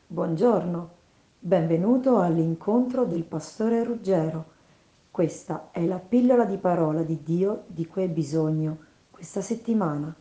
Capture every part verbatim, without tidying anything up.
Buongiorno, benvenuto all'incontro del pastore Ruggero. Questa è la pillola di parola di Dio di cui hai bisogno questa settimana.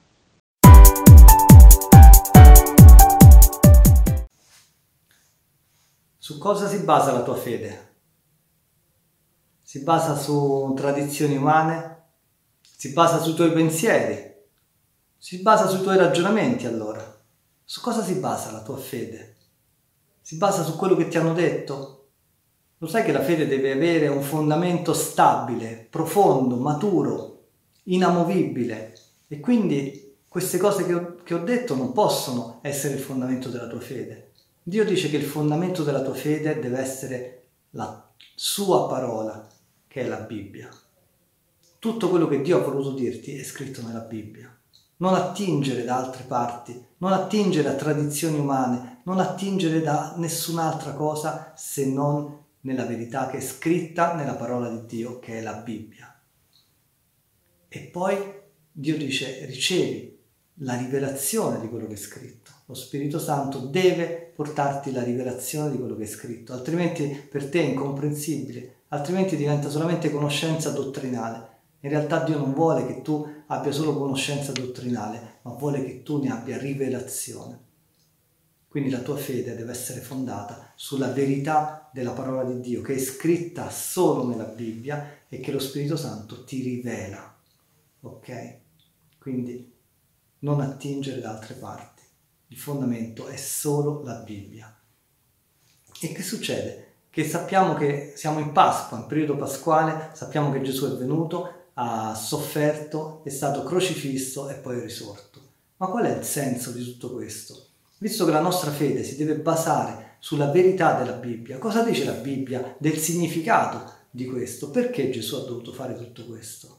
Su cosa si basa la tua fede? Si basa su tradizioni umane? Si basa sui tuoi pensieri? Si basa sui tuoi ragionamenti allora? Su cosa si basa la tua fede? Si basa su quello che ti hanno detto? Lo sai che la fede deve avere un fondamento stabile, profondo, maturo, inamovibile e quindi queste cose che ho, che ho detto non possono essere il fondamento della tua fede. Dio dice che il fondamento della tua fede deve essere la sua parola, che è la Bibbia. Tutto quello che Dio ha voluto dirti è scritto nella Bibbia. Non attingere da altre parti, non attingere a tradizioni umane, non attingere da nessun'altra cosa se non nella verità che è scritta nella parola di Dio, che è la Bibbia. E poi Dio dice: ricevi la rivelazione di quello che è scritto. Lo Spirito Santo deve portarti la rivelazione di quello che è scritto, altrimenti per te è incomprensibile, altrimenti diventa solamente conoscenza dottrinale. In realtà Dio non vuole che tu abbia solo conoscenza dottrinale, ma vuole che tu ne abbia rivelazione. Quindi la tua fede deve essere fondata sulla verità della parola di Dio, che è scritta solo nella Bibbia e che lo Spirito Santo ti rivela. Ok? Quindi non attingere da altre parti. Il fondamento è solo la Bibbia. E che succede? Che sappiamo che siamo in Pasqua, in periodo pasquale, sappiamo che Gesù è venuto, ha sofferto, è stato crocifisso e poi è risorto. Ma qual è il senso di tutto questo? Visto che la nostra fede si deve basare sulla verità della Bibbia, cosa dice la Bibbia del significato di questo? Perché Gesù ha dovuto fare tutto questo?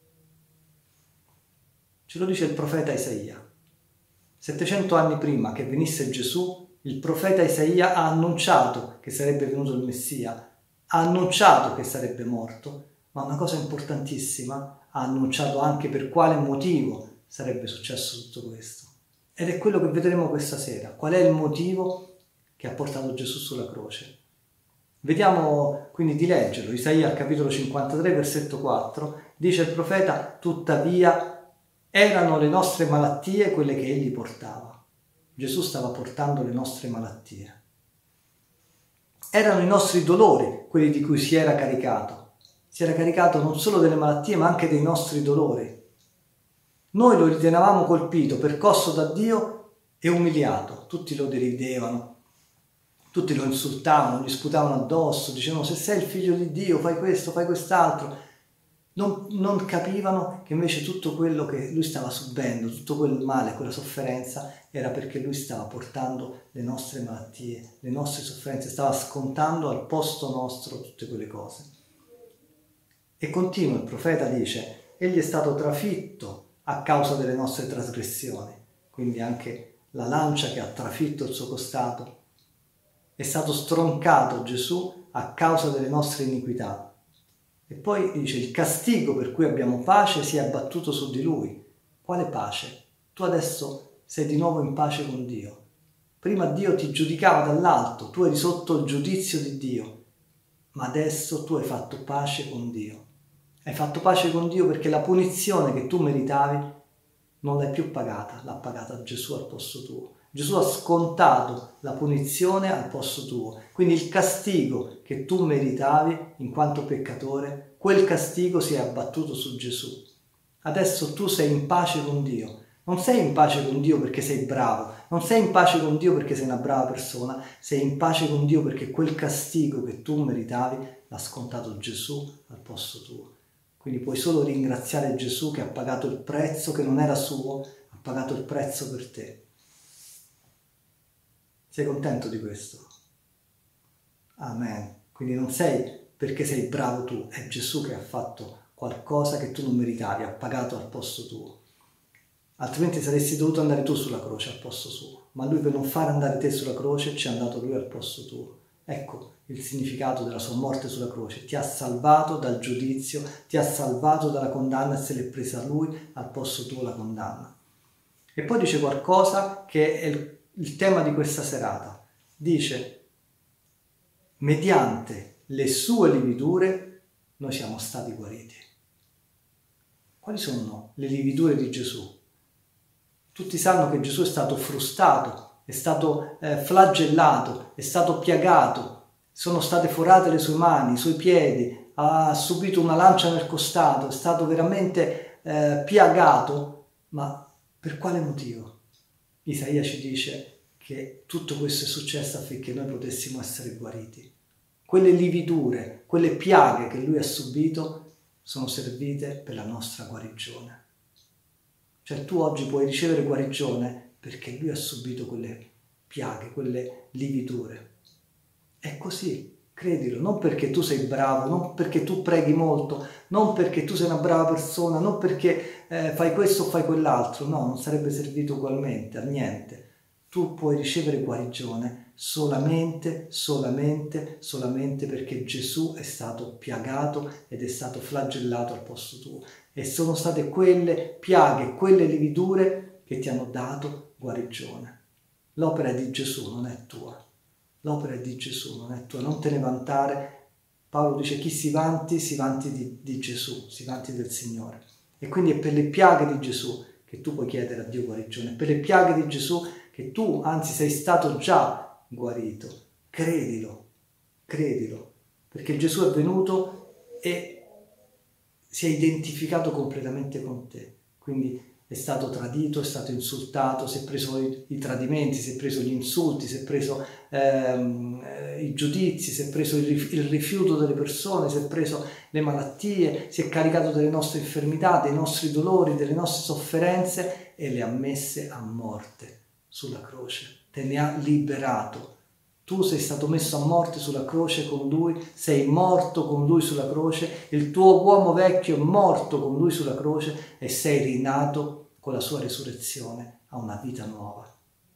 Ce lo dice il profeta Isaia. settecento anni prima che venisse Gesù, il profeta Isaia ha annunciato che sarebbe venuto il Messia, ha annunciato che sarebbe morto, ma una cosa importantissima, ha annunciato anche per quale motivo sarebbe successo tutto questo. Ed è quello che vedremo questa sera. Qual è il motivo che ha portato Gesù sulla croce? Vediamo quindi di leggerlo. Isaia al capitolo cinquantatré, versetto quattro, dice il profeta: tuttavia erano le nostre malattie quelle che egli portava. Gesù stava portando le nostre malattie. Erano i nostri dolori quelli di cui si era caricato. Si era caricato non solo delle malattie, ma anche dei nostri dolori. Noi lo ritenevamo colpito, percosso da Dio e umiliato. Tutti lo deridevano, tutti lo insultavano, gli sputavano addosso, dicevano: se sei il figlio di Dio fai questo, fai quest'altro. Non, non capivano che invece tutto quello che lui stava subendo, tutto quel male, quella sofferenza, era perché lui stava portando le nostre malattie, le nostre sofferenze, stava scontando al posto nostro tutte quelle cose. E continua, il profeta dice: egli è stato trafitto a causa delle nostre trasgressioni, quindi anche la lancia che ha trafitto il suo costato. È stato stroncato Gesù a causa delle nostre iniquità. E poi dice: il castigo per cui abbiamo pace si è abbattuto su di lui. Quale pace? Tu adesso sei di nuovo in pace con Dio. Prima Dio ti giudicava dall'alto, tu eri sotto il giudizio di Dio, ma adesso tu hai fatto pace con Dio. Hai fatto pace con Dio perché la punizione che tu meritavi non l'hai più pagata, l'ha pagata Gesù al posto tuo. Gesù ha scontato la punizione al posto tuo. Quindi il castigo che tu meritavi in quanto peccatore, quel castigo si è abbattuto su Gesù. Adesso tu sei in pace con Dio. Non sei in pace con Dio perché sei bravo, non sei in pace con Dio perché sei una brava persona, sei in pace con Dio perché quel castigo che tu meritavi l'ha scontato Gesù al posto tuo. Quindi puoi solo ringraziare Gesù che ha pagato il prezzo che non era suo, ha pagato il prezzo per te. Sei contento di questo? Amen. Quindi non sei perché sei bravo tu, è Gesù che ha fatto qualcosa che tu non meritavi, ha pagato al posto tuo. Altrimenti saresti dovuto andare tu sulla croce al posto suo, ma lui per non far andare te sulla croce ci è andato lui al posto tuo. Ecco il significato della sua morte sulla croce: ti ha salvato dal giudizio, ti ha salvato dalla condanna e se l'è presa lui al posto tuo la condanna. E poi dice qualcosa che è il, il tema di questa serata: dice, mediante le sue lividure noi siamo stati guariti. Quali sono le lividure di Gesù? Tutti sanno che Gesù è stato frustato, è stato eh, flagellato, è stato piagato, sono state forate le sue mani, i suoi piedi, ha subito una lancia nel costato, è stato veramente eh, piagato, ma per quale motivo? Isaia ci dice che tutto questo è successo affinché noi potessimo essere guariti. Quelle lividure, quelle piaghe che lui ha subito sono servite per la nostra guarigione. Cioè tu oggi puoi ricevere guarigione perché lui ha subito quelle piaghe, quelle lividure. È così, credilo, non perché tu sei bravo, non perché tu preghi molto, non perché tu sei una brava persona, non perché eh, fai questo o fai quell'altro, no, non sarebbe servito ugualmente a niente. Tu puoi ricevere guarigione solamente, solamente, solamente perché Gesù è stato piagato ed è stato flagellato al posto tuo. E sono state quelle piaghe, quelle lividure che ti hanno dato guarigione. L'opera è di Gesù, non è tua. L'opera è di Gesù, non è tua. Non te ne vantare. Paolo dice chi si vanti, si vanti di, di Gesù, si vanti del Signore. E quindi è per le piaghe di Gesù che tu puoi chiedere a Dio guarigione. È per le piaghe di Gesù che tu, anzi, sei stato già guarito. Credilo, credilo. Perché Gesù è venuto e si è identificato completamente con te, quindi è stato tradito, è stato insultato, si è preso i, i tradimenti, si è preso gli insulti, si è preso ehm, eh, i giudizi, si è preso il, il rifiuto delle persone, si è preso le malattie, si è caricato delle nostre infermità, dei nostri dolori, delle nostre sofferenze e le ha messe a morte sulla croce, te ne ha liberato. Tu sei stato messo a morte sulla croce con Lui, sei morto con Lui sulla croce, il tuo uomo vecchio è morto con Lui sulla croce e sei rinato con la sua risurrezione a una vita nuova.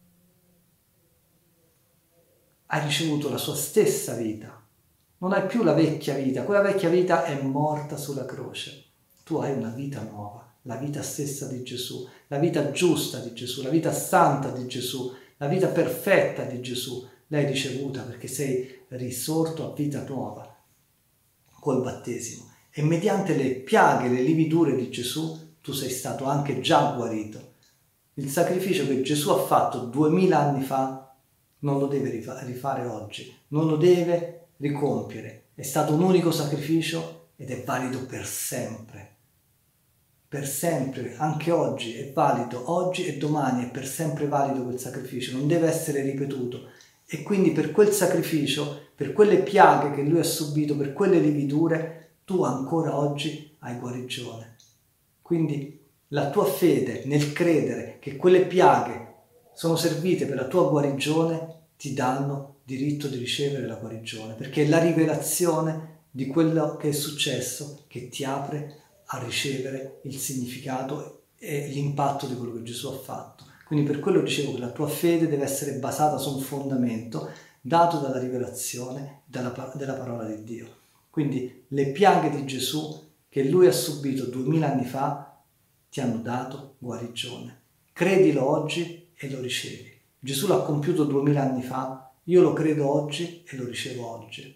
Hai ricevuto la sua stessa vita, non hai più la vecchia vita, quella vecchia vita è morta sulla croce. Tu hai una vita nuova, la vita stessa di Gesù, la vita giusta di Gesù, la vita santa di Gesù, la vita perfetta di Gesù. L'hai ricevuta perché sei risorto a vita nuova col battesimo e mediante le piaghe, le lividure di Gesù tu sei stato anche già guarito. Il sacrificio che Gesù ha fatto duemila anni fa non lo deve rifare oggi, non lo deve ricompiere. È stato un unico sacrificio ed è valido per sempre. Per sempre, anche oggi è valido, oggi e domani è per sempre valido quel sacrificio, non deve essere ripetuto. E quindi per quel sacrificio, per quelle piaghe che lui ha subito, per quelle lividure, tu ancora oggi hai guarigione. Quindi la tua fede nel credere che quelle piaghe sono servite per la tua guarigione ti danno diritto di ricevere la guarigione, perché è la rivelazione di quello che è successo che ti apre a ricevere il significato e l'impatto di quello che Gesù ha fatto. Quindi per quello dicevo che la tua fede deve essere basata su un fondamento dato dalla rivelazione dalla, della parola di Dio. Quindi le piaghe di Gesù che lui ha subito duemila anni fa ti hanno dato guarigione. Credilo oggi e lo ricevi. Gesù l'ha compiuto duemila anni fa, io lo credo oggi e lo ricevo oggi.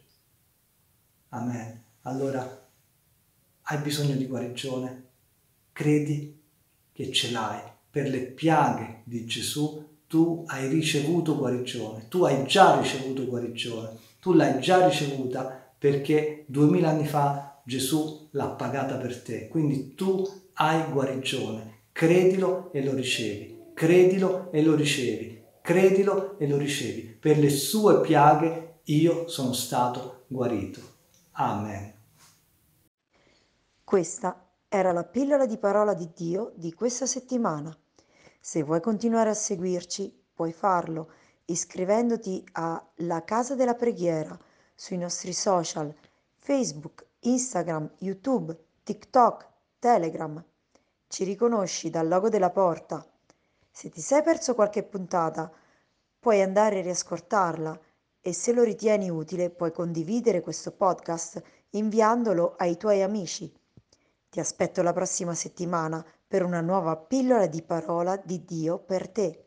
Amen. Allora, hai bisogno di guarigione? Credi che ce l'hai. Per le piaghe di Gesù tu hai ricevuto guarigione, tu hai già ricevuto guarigione, tu l'hai già ricevuta perché duemila anni fa Gesù l'ha pagata per te, quindi tu hai guarigione, credilo e lo ricevi, credilo e lo ricevi, credilo e lo ricevi, per le sue piaghe io sono stato guarito. Amen. Questa era la pillola di parola di Dio di questa settimana. Se vuoi continuare a seguirci, puoi farlo iscrivendoti a La Casa della Preghiera sui nostri social Facebook, Instagram, YouTube, TikTok, Telegram. Ci riconosci dal logo della porta. Se ti sei perso qualche puntata, puoi andare a riascoltarla e se lo ritieni utile puoi condividere questo podcast inviandolo ai tuoi amici. Ti aspetto la prossima settimana per una nuova pillola di parola di Dio per te.